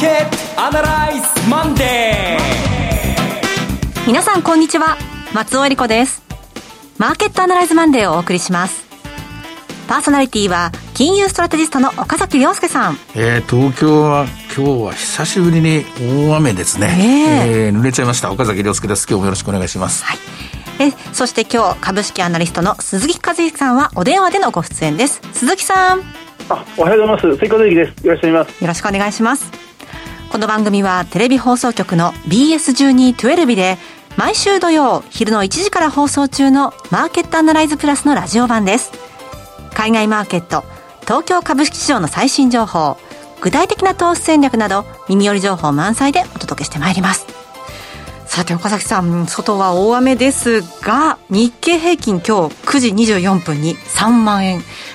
ケットアナライズマンデー。 皆さんこんにちは、松尾恵理子です。マーケットアナライズマンデーをお送りします。パーソナリティは金融ストラテジストの岡崎亮介さん。 東京は今日は久しぶりに大雨ですね。濡れちゃいました。岡崎亮介です。今日もよろしくお願いします。 はい。そして今日株式アナリストの鈴木和之さんはお電話でのご出演です。鈴木さん。 おはようございます。鈴木和之です。よろしくお願いします。 よろしくお願いします。この番組はテレビ放送局の BS1212 で毎週土曜昼の1時から放送中のマーケットアナライズプラスのラジオ版です。海外マーケット、東京株式市場の最新情報、具体的な投資戦略など耳寄り情報満載でお届けしてまいります。さて岡崎さん、外は大雨ですが日経平均今日9時24分に3万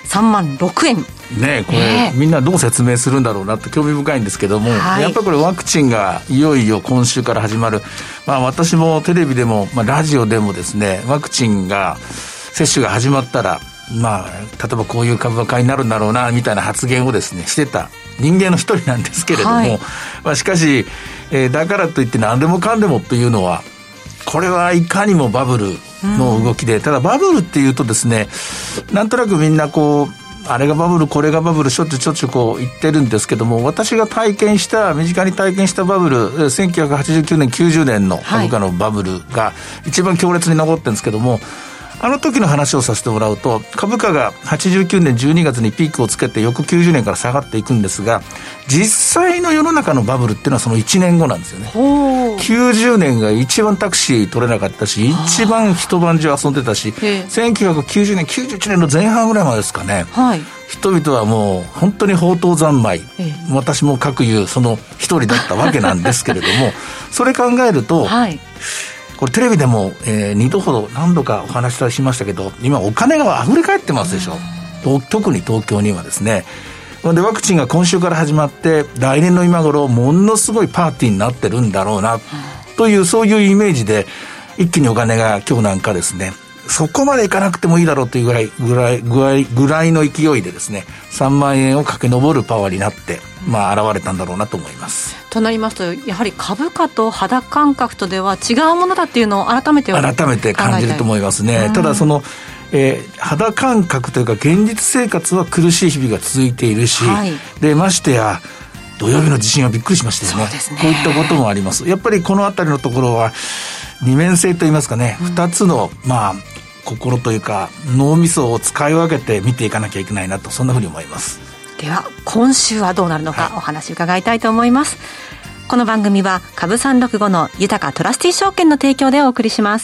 6円ね、これ、みんなどう説明するんだろうなって興味深いんですけども、やっぱりこれワクチンがいよいよ今週から始まる。私もテレビでも、ラジオでもですね、ワクチンが接種が始まったら例えばこういう株が買いになるんだろうなみたいな発言をですねしてた人間の一人なんですけれども、しかし、だからといって何でもかんでもというのはこれはいかにもバブルの動きで、ただバブルっていうとですね、なんとなくみんなあれがバブルこれがバブルしょっちゅう言ってるんですけども、私が身近に体験したバブル、1989年90年の株価のバブルが一番強烈に残ってるんですけども、あの時の話をさせてもらうと、株価が89年12月にピークをつけて翌90年から下がっていくんですが、実際の世の中のバブルっていうのはその1年後なんですよね。90年が一番タクシー取れなかったし、一番一晩中遊んでたし、1990年91年の前半ぐらいまでですかね、人々はもう本当に放蕩三昧、私も各言うその一人だったわけなんですけれどもそれ考えると、これテレビでも、2度ほど何度かお話ししましたけど、今お金が溢れ返ってますでしょ。特に東京にはですね。でワクチンが今週から始まって来年の今頃ものすごいパーティーになってるんだろうなというそういうイメージで、一気にお金が今日なんかですね、そこまでいかなくてもいいだろうというぐらいの勢いでですね、3万円を駆け上るパワーになって現れたんだろうなと思います。 となりますと、やはり株価と肌感覚とでは違うものだっていうのを改めて感じると思いますね。ただその、肌感覚というか現実生活は苦しい日々が続いているし、でましてや土曜日の地震はびっくりしましたよね。こういったこともあります。やっぱりこのあたりのところは二面性といいますかね、2つの心というか脳みそを使い分けて見ていかなきゃいけないなと、そんなふうに思います。 では今週はどうなるのかお話伺いたいと思います。この番組は株365の豊かトラスティ証券の提供でお送りします。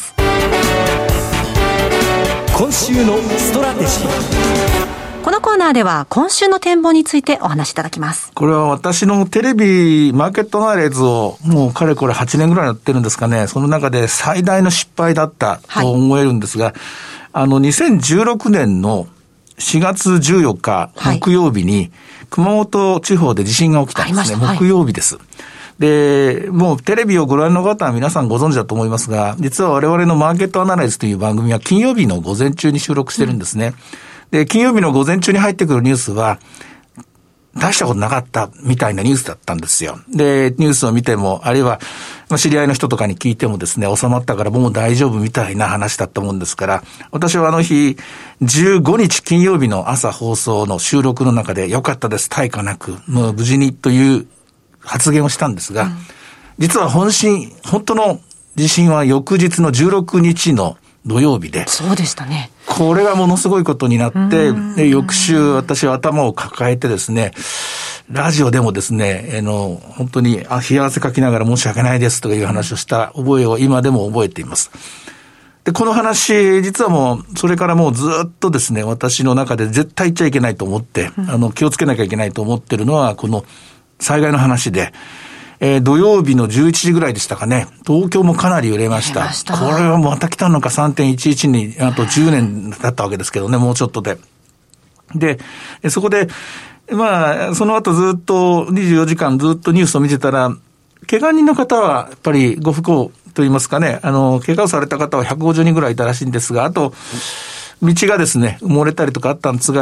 今週のストラテジー。 このコーナーでは今週の展望についてお話しいただきます。 これは私のテレビマーケットアナライズをもうかれこれ8年ぐらいやってるんですかね。その中で最大の失敗だったと思えるんですが、2016年の4月14日木曜日に熊本地方で地震が起きたんですね。木曜日です。で、もうテレビをご覧の方は皆さんご存知だと思いますが、実は我々のマーケットアナライズという番組は金曜日の午前中に収録してるんですね。で、金曜日の午前中に入ってくるニュースは出したことなかったみたいなニュースだったんですよ。で、ニュースを見ても、あるいは知り合いの人とかに聞いてもですね、収まったからもう大丈夫みたいな話だったもんですから、私はあの日15日金曜日の朝放送の収録の中で、良かったです、大化なくもう無事にという発言をしたんですが、実は本当の地震は翌日の16日の土曜日で、 そうでしたね。 これがものすごいことになって、で翌週私は頭を抱えてですね、ラジオでもですね、本当に冷や汗かきながら申し訳ないですという話をした覚えを今でも覚えています。で、この話、実はもう、それからもうずっとですね、私の中で絶対言っちゃいけないと思って、気をつけなきゃいけないと思ってるのは、この災害の話で、土曜日の11時ぐらいでしたかね、東京もかなり揺れました。これはまた来たのか 3.11 に、あと10年だったわけですけどね、もうちょっとで。で、そこで、その後ずっと24時間ずっとニュースを見てたら、怪我人の方はやっぱりご不幸と言いますかね、怪我をされた方は150人ぐらいいたらしいんですが、あと、道がですね、埋もれたりとかあったんですが、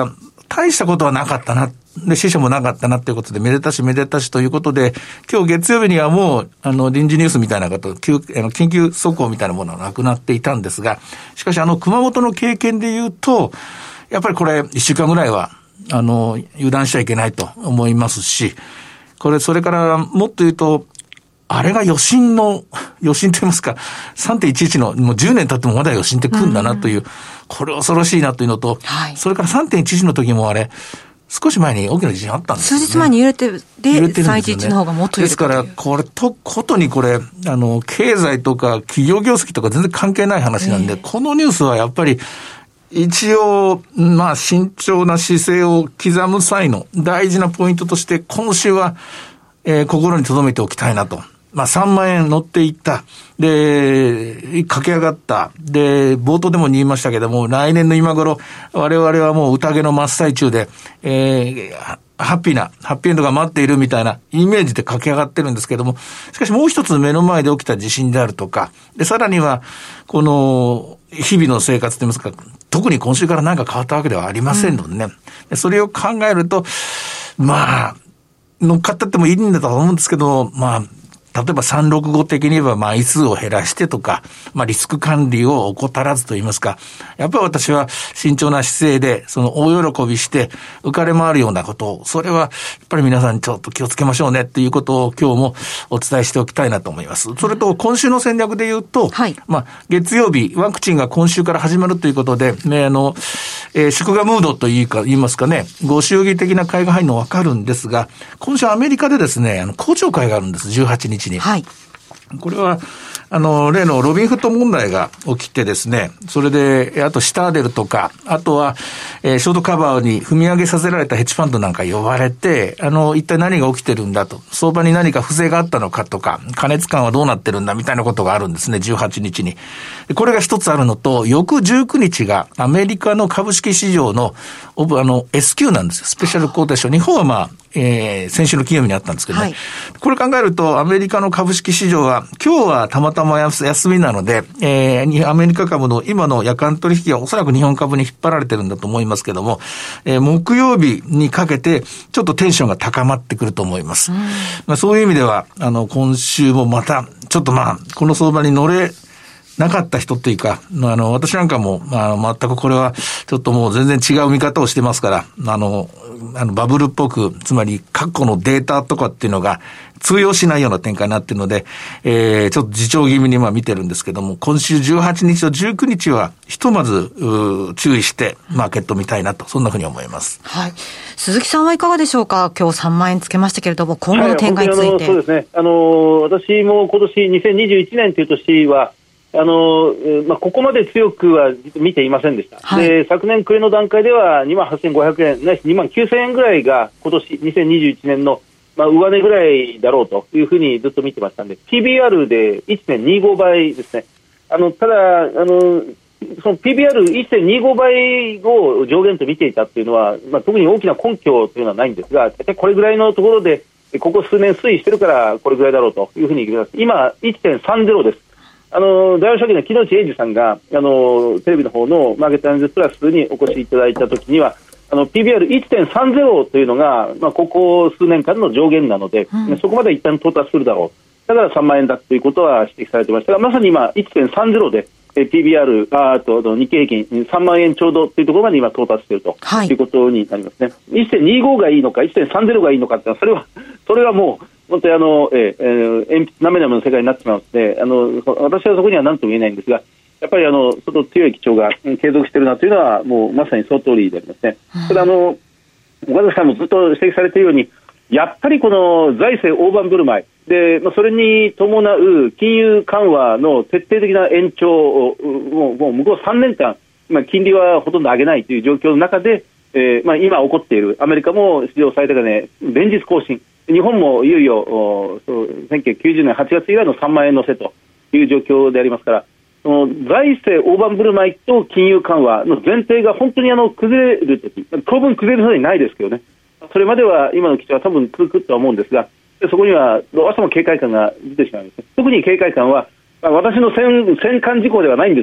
大したことはなかったな。で、死者もなかったなということで、めでたしめでたしということで、今日月曜日にはもう、臨時ニュースみたいなこと、緊急速報みたいなものはなくなっていたんですが、しかし熊本の経験で言うと、やっぱりこれ、1週間ぐらいは、油断しちゃいけないと思いますし、それからもっと言うと、あれが余震と言いますか、3.11 の、もう10年経ってもまだ余震って来るんだなという、これ恐ろしいなというのと、それから 3.11 の時もあれ、少し前に大きな地震あったんですよね。 数日前に揺れてるで、3.11の方がもっと揺れてる。 ですから、ことにこれ、経済とか企業業績とか全然関係ない話なんで、このニュースはやっぱり、一応、慎重な姿勢を刻む際の大事なポイントとして、今週は、心に留めておきたいなと。3万円乗っていった。で、駆け上がった。で、冒頭でも言いましたけども、来年の今頃、我々はもう宴の真っ最中で、ハッピーエンドが待っているみたいなイメージで駆け上がってるんですけども、しかしもう一つ目の前で起きた地震であるとか、で、さらには、この、日々の生活といいますか、特に今週から何か変わったわけではありませんのでね。それを考えると、乗っかったってもいいんだと思うんですけど、例えば365的に言えば枚数を減らしてとか、リスク管理を怠らずと言いますか、やっぱり私は慎重な姿勢で、大喜びして浮かれ回るようなことを、それはやっぱり皆さんちょっと気をつけましょうねっていうことを今日もお伝えしておきたいなと思います。それと今週の戦略で言うと、月曜日、ワクチンが今週から始まるということで、祝賀ムードと言いますかね、ご祝儀的な会が入るの分かるんですが、今週アメリカでですね、公聴会があるんです、18日に。これは、例のロビンフット問題が起きてですね、それで、あとシターデルとか、あとは、ショートカバーに踏み上げさせられたヘッジファンドなんか呼ばれて、一体何が起きてるんだと、相場に何か不正があったのかとか、過熱感はどうなってるんだみたいなことがあるんですね、18日に。これが一つあるのと、翌19日がアメリカの株式市場の、S q なんですよ、スペシャルコーテーション。日本は先週の金曜日にあったんですけどね。これ考えると、アメリカの株式市場は、今日はたまたま休みなので、アメリカ株の今の夜間取引はおそらく日本株に引っ張られてるんだと思いますけども、木曜日にかけて、ちょっとテンションが高まってくると思います。そういう意味では、今週もまた、ちょっとこの相場に乗れなかった人っていうか、私なんかも、全くこれは、ちょっともう全然違う見方をしてますから、バブルっぽく、つまり過去のデータとかっていうのが通用しないような展開になっているので、ちょっと自重気味に見てるんですけども、今週18日と19日はひとまず注意してマーケット見たいなと、そんなふうに思います。 鈴木さんはいかがでしょうか。今日3万円つけましたけれども、今後の展開について。 そうですね。私も今年2021年という年は、ここまで強くは見ていませんでした。で、昨年暮れの段階では28,500円ないし29,000円ぐらいが今年2021年の上値ぐらいだろうというふうにずっと見てましたんで、 PBR で 1.25 倍ですね。ただその PBR1.25 倍を上限と見ていたというのは、特に大きな根拠というのはないんですが、これぐらいのところでここ数年推移してるからこれぐらいだろうというふうに言います。今 1.30 です。大和証券の木内英二さんがテレビの方のマーケットアナリズプラスにお越しいただいたときには、PBR1.30 というのが、ここ数年間の上限なので、そこまで一旦到達するだろう。だから3万円だということは指摘されていましたが、まさに今 1.30 でPBR と日経平均3万円ちょうどというところまで今到達しているということになりますね。1.25 がいいのか 1.30 がいいのかってそれはもう本当に鉛筆なめなめの世界になってしまうので、私はそこには何とも言えないんですが、やっぱり相当強い基調が継続しているなというのはもうまさにその通りでありますね。ただ岡崎さんもずっと指摘されているように、やっぱりこの財政大盤振る舞いで、それに伴う金融緩和の徹底的な延長をもう向こう3年間、金利はほとんど上げないという状況の中で、今起こっているアメリカも史上最高値連日更新、日本もいよいよ1990年8月以来の3万円乗せという状況でありますから、その財政大盤振る舞いと金融緩和の前提が本当に崩れるとき、当分崩れるそうにないですけどね、それまでは今の基調は多分続くとは思うんですが、そこにはどうしても警戒感が出てしまいます。特に警戒感は私の戦艦事項ではないんですが、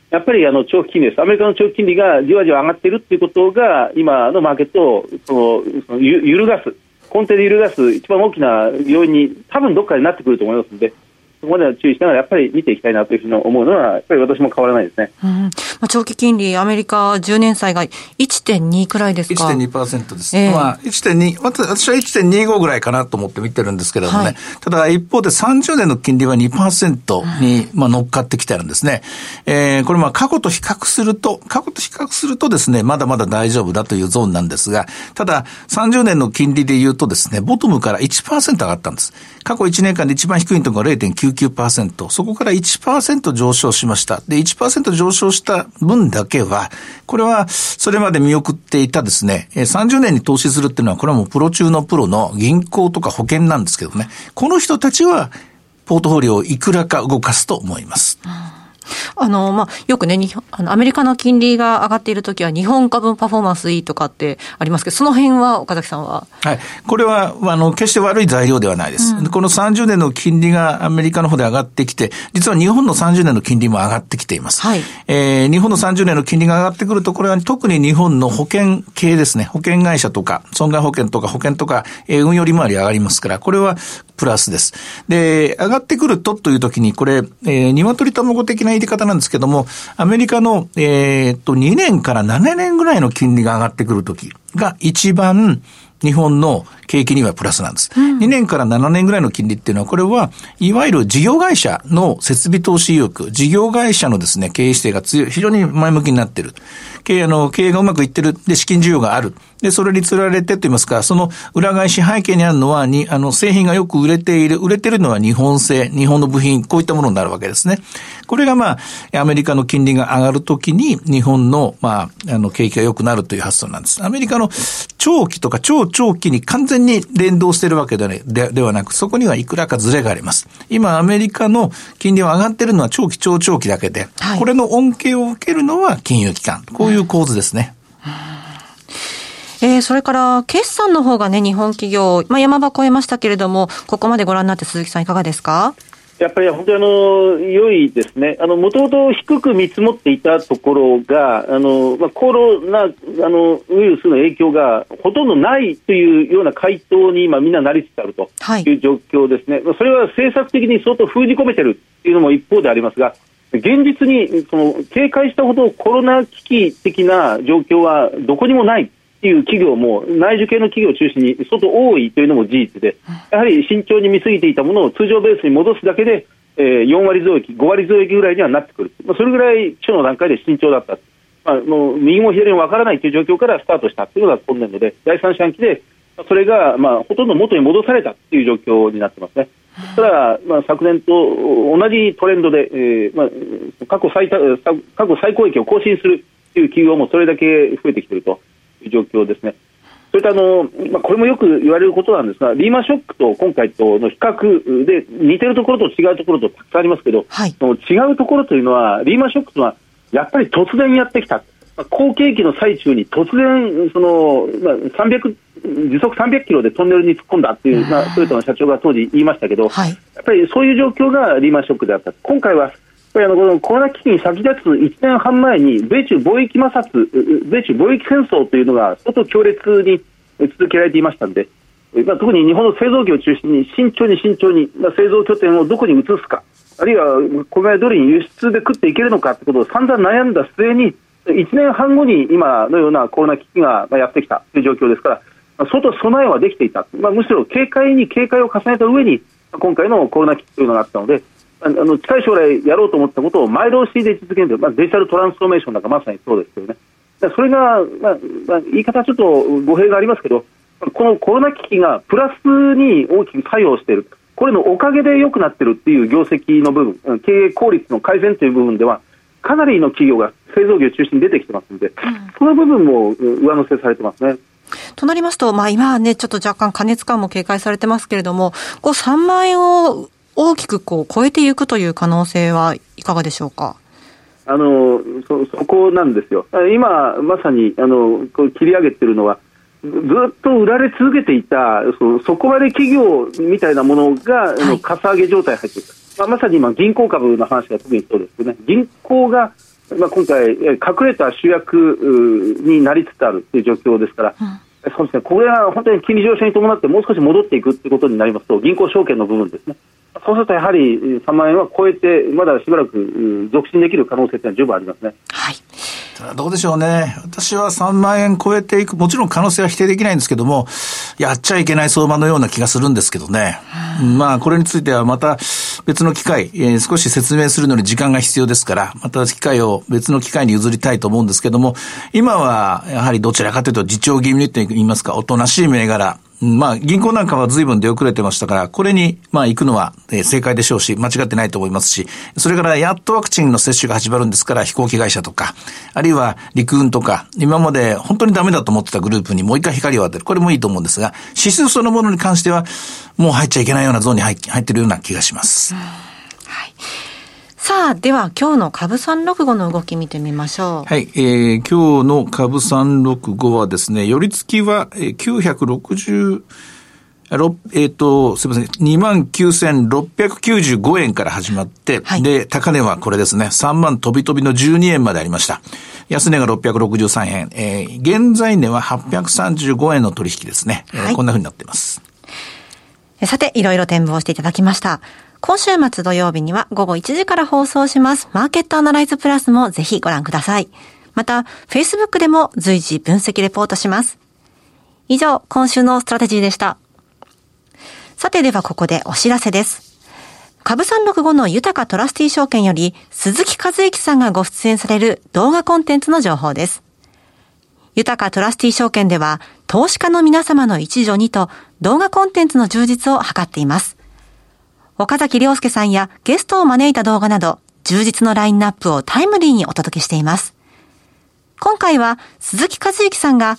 やっぱり長期金利です。アメリカの長期金利がじわじわ上がっているということが今のマーケットを揺るがす、根底で揺るがす一番大きな要因に多分どっかでなってくると思いますので、そこまでは注意しながらやっぱり見ていきたいなというふうに思うのはやっぱり私も変わらないですね。 長期金利アメリカ10年債が 1.2 くらいですか。 1.2% です、1.2 私は 1.25 ぐらいかなと思って見てるんですけれどもね、ただ一方で30年の金利は 2% に乗っかってきてるんですね。これ過去と比較するとですね、まだまだ大丈夫だというゾーンなんですが、ただ30年の金利で言うとですね、ボトムから 1% 上がったんです。過去1年間で一番低いところが 0.99%、 そこから 1% 上昇しました。で 1% 上昇した分だけは、これはそれまで見送っていたですね、30年に投資するっていうのは、これはもうプロ中のプロの銀行とか保険なんですけどね、この人たちはポートフォリオをいくらか動かすと思います。 よくね、アメリカの金利が上がっているときは日本株パフォーマンスいいとかってありますけど、その辺は岡崎さんは。 はい。これは、決して悪い材料ではないです。この30年の金利がアメリカの方で上がってきて、実は日本の30年の金利も上がってきています。日本の30年の金利が上がってくると、これは特に日本の保険系ですね。保険会社とか、損害保険とか保険とか、運用利回り上がりますから、これはプラスです。で、上がってくるという時に、これ、鶏卵的な言い方なんですけども、アメリカの、2年から7年ぐらいの金利が上がってくる時が一番日本の景気にはプラスなんです。2年から7年ぐらいの金利っていうのは、これはいわゆる事業会社の設備投資意欲、事業会社のですね、経営姿勢が強い、非常に前向きになっている。経営がうまくいってる。で、資金需要がある。で、それにつられてと言いますか、その裏返し背景にあるのは、製品がよく売れているのは日本製、日本の部品、こういったものになるわけですね。これがアメリカの金利が上がるときに、日本の、景気が良くなるという発想なんです。アメリカの長期とか超長期に完全に連動しているわけではなく、そこにはいくらかズレがあります。今、アメリカの金利が上がっているのは長期、超長期だけで、これの恩恵を受けるのは金融機関。こういう構図ですね。 それから決算の方がね、日本企業、山場超えましたけれども、ここまでご覧になって鈴木さんいかがですか？ やっぱり本当に良いですね。もともと低く見積もっていたところが、コロナウイルスの影響がほとんどないというような回答に今みんななりつつあるという状況ですね。それは政策的に相当封じ込めているというのも一方でありますが、現実に警戒したほどコロナ危機的な状況はどこにもないという企業も内需系の企業を中心に相当多いというのも事実で、やはり慎重に見過ぎていたものを通常ベースに戻すだけで、4割増益、5割増益ぐらいにはなってくる。それぐらい初の段階で慎重だった。もう右も左も分からないという状況からスタートしたというのが今年度で、第3四半期でそれがほとんど元に戻されたという状況になってますね。ただ、昨年と同じトレンドで、過去最高益を更新するという企業もそれだけ増えてきているという状況ですね。それとこれもよく言われることなんですが、リーマンショックと今回との比較で似てるところと違うところとたくさんありますけど、その違うところというのは、リーマンショックというのはやっぱり突然やってきた。好景気の最中に突然時速300キロでトンネルに突っ込んだっていう、トヨタの社長が当時言いましたけど、やっぱりそういう状況がリーマンショックであった。今回はこのコロナ危機に先立つ1年半前に米中貿易摩擦、米中貿易戦争というのが相当強烈に続けられていましたので、特に日本の製造業を中心に慎重に製造拠点をどこに移すか、あるいはこれ通りに輸出で食っていけるのかということを散々悩んだ末に1年半後に今のようなコロナ危機がやってきたという状況ですから、相当備えはできていた。むしろ警戒に警戒を重ねた上に今回のコロナ危機というのがあったので、近い将来やろうと思ったことを前倒しで実現する、デジタルトランスフォーメーションなんかまさにそうですけどね。それが、言い方はちょっと語弊がありますけど、このコロナ危機がプラスに大きく作用している、これのおかげで良くなっているっていう業績の部分、経営効率の改善という部分ではかなりの企業が製造業を中心に出てきてますので、その部分も上乗せされてますね。 となりますと、今はね、ちょっと若干過熱感も警戒されてますけれども、3万円を大きく超えていくという可能性はいかがでしょうか？ そこなんですよ。今まさに切り上げているのは、ずっと売られ続けていた底割れ企業みたいなものが、かさ上げ状態に入っている。まさに今銀行株の話が特にそうですよね。銀行が今回隠れた主役になりつつあるという状況ですから、そうですね、これは本当に金利上昇に伴ってもう少し戻っていくということになりますと、銀行証券の部分ですね、そうするとやはり3万円は超えてまだしばらく続伸できる可能性というのは十分ありますね。 はい、 どうでしょうね。私は3万円超えていく、もちろん可能性は否定できないんですけども、やっちゃいけない相場のような気がするんですけどね。これについてはまた別の機会、少し説明するのに時間が必要ですから、また機会を別の機会に譲りたいと思うんですけども、今はやはりどちらかというと自重気味と言いますか、おとなしい銘柄、銀行なんかは随分出遅れてましたから、これに、行くのは正解でしょうし、間違ってないと思いますし、それからやっとワクチンの接種が始まるんですから、飛行機会社とか、あるいは陸運とか、今まで本当にダメだと思ってたグループにもう一回光を当てる。これもいいと思うんですが、指数そのものに関しては、もう入っちゃいけないようなゾーンに入ってるような気がします。 はい。さあ、では今日の株365の動き見てみましょう。 はい、今日の株365はですね、寄り付きは960、すいません、29,695 円から始まって、はい、で、高値はこれですね、3万飛び飛びの12円までありました。安値が663円、現在値は835円の取引ですね。はい、こんな風になっています。 さて、いろいろ展望していただきました。今週末土曜日には午後1時から放送しますマーケットアナライズプラスもぜひご覧ください。また、Facebook でも随時分析レポートします。以上、今週のストラテジーでした。さて、ではここでお知らせです。株365の豊かトラスティ証券より鈴木和之さんがご出演される動画コンテンツの情報です。豊かトラスティ証券では投資家の皆様の一助にと動画コンテンツの充実を図っています。岡崎亮介さんやゲストを招いた動画など充実のラインナップをタイムリーにお届けしています。今回は鈴木和之さんが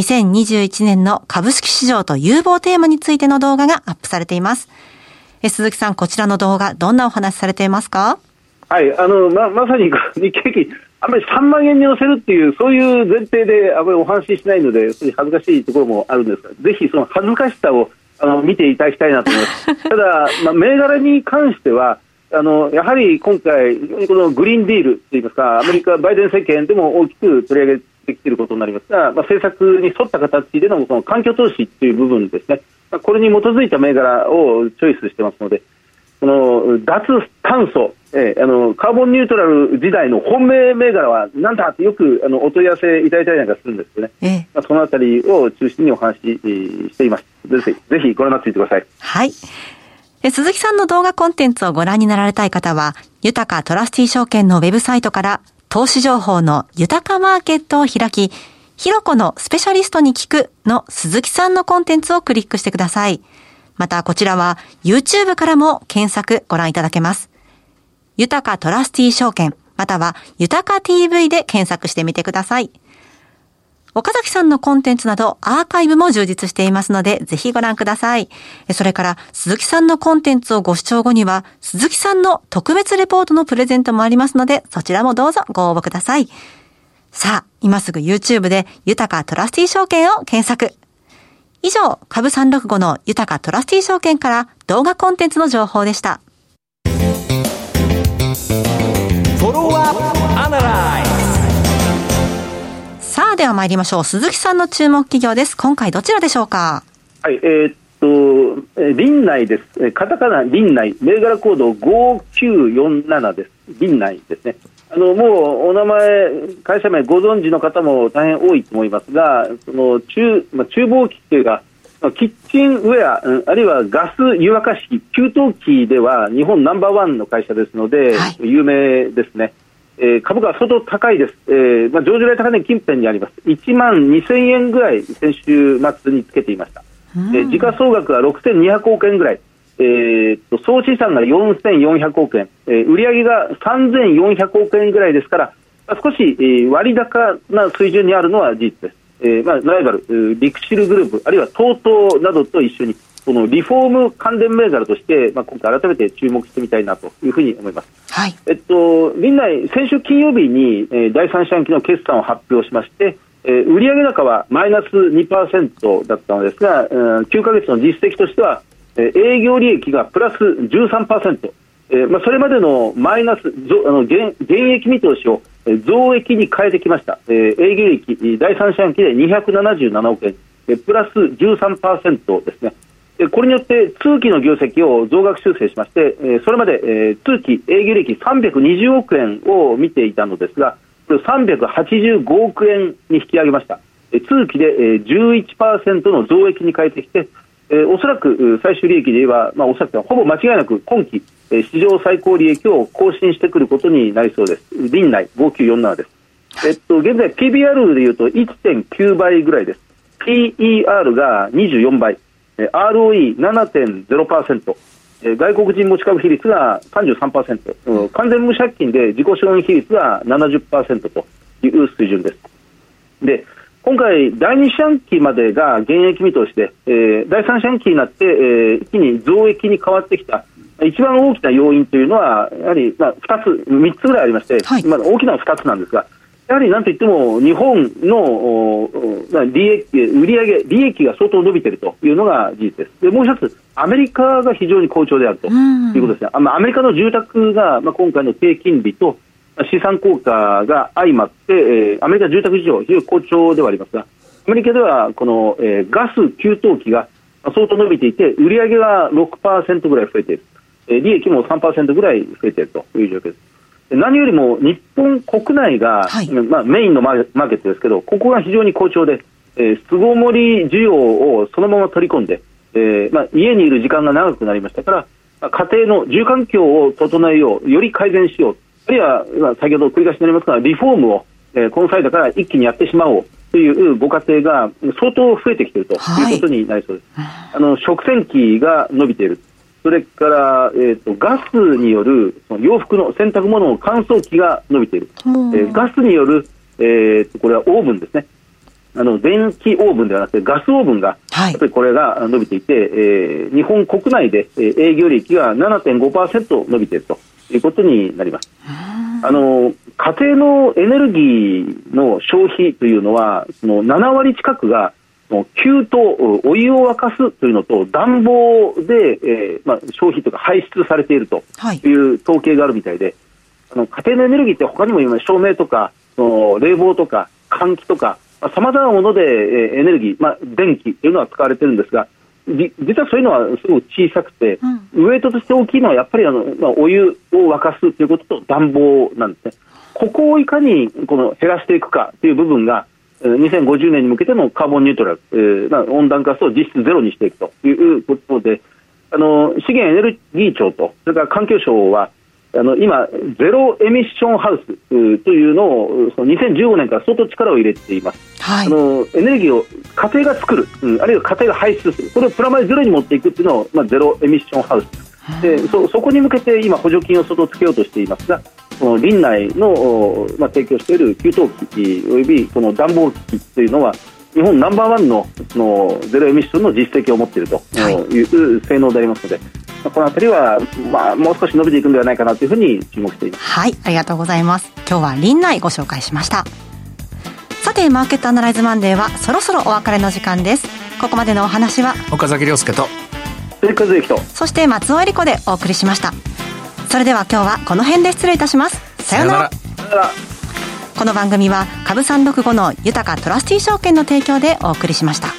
2021年の株式市場と有望テーマについての動画がアップされています。鈴木さん、こちらの動画どんなお話されていますか？ はい、まさに日経平均あんまり3万円に乗せるっていうそういう前提であまりお話ししないので恥ずかしいところもあるんですが、ぜひその恥ずかしさを見ていただきたいなと思いますただ、銘柄に関してはやはり今回このグリーンディールといいますか、アメリカバイデン政権でも大きく取り上げてきていることになりますが、政策に沿った形でのこの環境投資という部分ですね、これに基づいた銘柄をチョイスしてますので、この脱炭素、カーボンニュートラル時代の本命銘柄は何だってよくお問い合わせいただいたりなんかするんですけどね、そのあたりを中心にお話ししています。ぜひご覧になってみてください。 はい。鈴木さんの動画コンテンツをご覧になられたい方は、豊かトラスティ証券のウェブサイトから投資情報の豊かマーケットを開き、ひろこのスペシャリストに聞くの鈴木さんのコンテンツをクリックしてください。またこちらは YouTube からも検索ご覧いただけます。豊かトラスティ証券または豊か TV で検索してみてください。岡崎さんのコンテンツなどアーカイブも充実していますのでぜひご覧ください。それから鈴木さんのコンテンツをご視聴後には鈴木さんの特別レポートのプレゼントもありますのでそちらもどうぞご応募ください。さあ、今すぐ YouTube で豊かトラスティ証券を検索。以上、株365の豊かトラスティ証券から動画コンテンツの情報でした。さあ、では参りましょう。鈴木さんの注目企業です。今回どちらでしょうか？ はい、リンナイです。カタカナリンナイ、銘柄コード5947です。リンナイですね。もうお名前、会社名ご存知の方も大変多いと思いますが、その厨房機器がキッチンウェア、あるいはガス湯沸かし器、給湯器では日本ナンバーワンの会社ですので、はい、有名ですね。株価は相当高いです。上場来高値近辺にあります。1万2000円ぐらい先週末につけていました。時価総額は6200億円ぐらい。総資産が4400億円、売上が3400億円ぐらいですから、少し、割高な水準にあるのは事実です。ライバルリクシルグループあるいは TOTO などと一緒にこのリフォーム関連銘柄として、今回改めて注目してみたいなというふうに思います。はい。リンナイ先週金曜日に、第三四半期の決算を発表しまして、売上高はマイナス 2% だったのですが、9ヶ月の実績としては営業利益がプラス 13%、それまでのマイナス減益見通しを増益に変えてきました。営業利益第3四半期で277億円、プラス 13% ですね。これによって通期の業績を増額修正しまして、それまで通期営業利益320億円を見ていたのですが、これを385億円に引き上げました。通期で 11% の増益に変えてきて、おそらく最終利益で言えば、おそらくほぼ間違いなく今期史上最高利益を更新してくることになりそうです。臨内5947です。現在 PBR でいうと 1.9 倍ぐらいです。PER が24倍、ROE7.0%、外国人持ち株比率が 33%、完全無借金で自己資本比率が 70% という水準です。で、今回第2四半期までが減益見通しで、第3四半期になって、一気に増益に変わってきた一番大きな要因というのはやはり3つぐらいありまして、大きなのは2つなんですが、やはりなんといっても日本の利益が相当伸びているというのが事実です。で、もう一つアメリカが非常に好調であるということですね。アメリカの住宅が、今回の低金利と資産効果が相まって、アメリカ住宅市場非常に好調ではありますが、アメリカではこの、ガス給湯器が相当伸びていて、売上が 6% ぐらい増えている、利益も 3% ぐらい増えているという状況です。何よりも日本国内が、メインのマーケットですけど、ここが非常に好調で、巣ごもり需要をそのまま取り込んで、家にいる時間が長くなりましたから、家庭の住環境を整えよう、より改善しよう、あるいは先ほど繰り返しになりますがリフォームを、この際だから一気にやってしまおうというご家庭が相当増えてきているということになりそうです。食洗機が伸びている、それから、ガスによる洋服の洗濯物の乾燥機が伸びている、ガスによる、これはオーブンですね。電気オーブンではなくてガスオーブンが、やっぱりこれが伸びていて、日本国内で、営業利益が 7.5% 伸びているということになります。家庭のエネルギーの消費というのはその7割近くが給湯、お湯を沸かすというのと暖房で、消費とか排出されているという統計があるみたいで、家庭のエネルギーって他にも今照明とか冷房とか換気とかさまざまなものでエネルギー、電気というのは使われているんですが、実はそういうのはすごく小さくて、ウエイトとして大きいのはやっぱりお湯を沸かすということと暖房なんですね。ここをいかに減らしていくかという部分が2050年に向けてのカーボンニュートラル、温暖化数を実質ゼロにしていくということで、資源エネルギー庁とそれから環境省は今ゼロエミッションハウスというのを2015年から相当力を入れています。エネルギーを家庭が作る、あるいは家庭が排出する、これをプラマイゼロに持っていくというのを、ゼロエミッションハウスで、そこに向けて今補助金を相当つけようとしていますが、この林内の、提供している給湯器およびこの暖房機というのは日本ナンバーワンのゼロエミッションの実績を持っているという性能でありますので、このあたりは、もう少し伸びていくのではないかなというふうに注目しています。 はい、ありがとうございます。今日は林内ご紹介しました。さて、マーケットアナライズマンデーはそろそろお別れの時間です。ここまでのお話は岡崎亮介と鈴木和之と、そして松尾恵理子でお送りしました。それでは今日はこの辺で失礼いたします。さようなら。この番組は株365の豊かトラスティ証券の提供でお送りしました。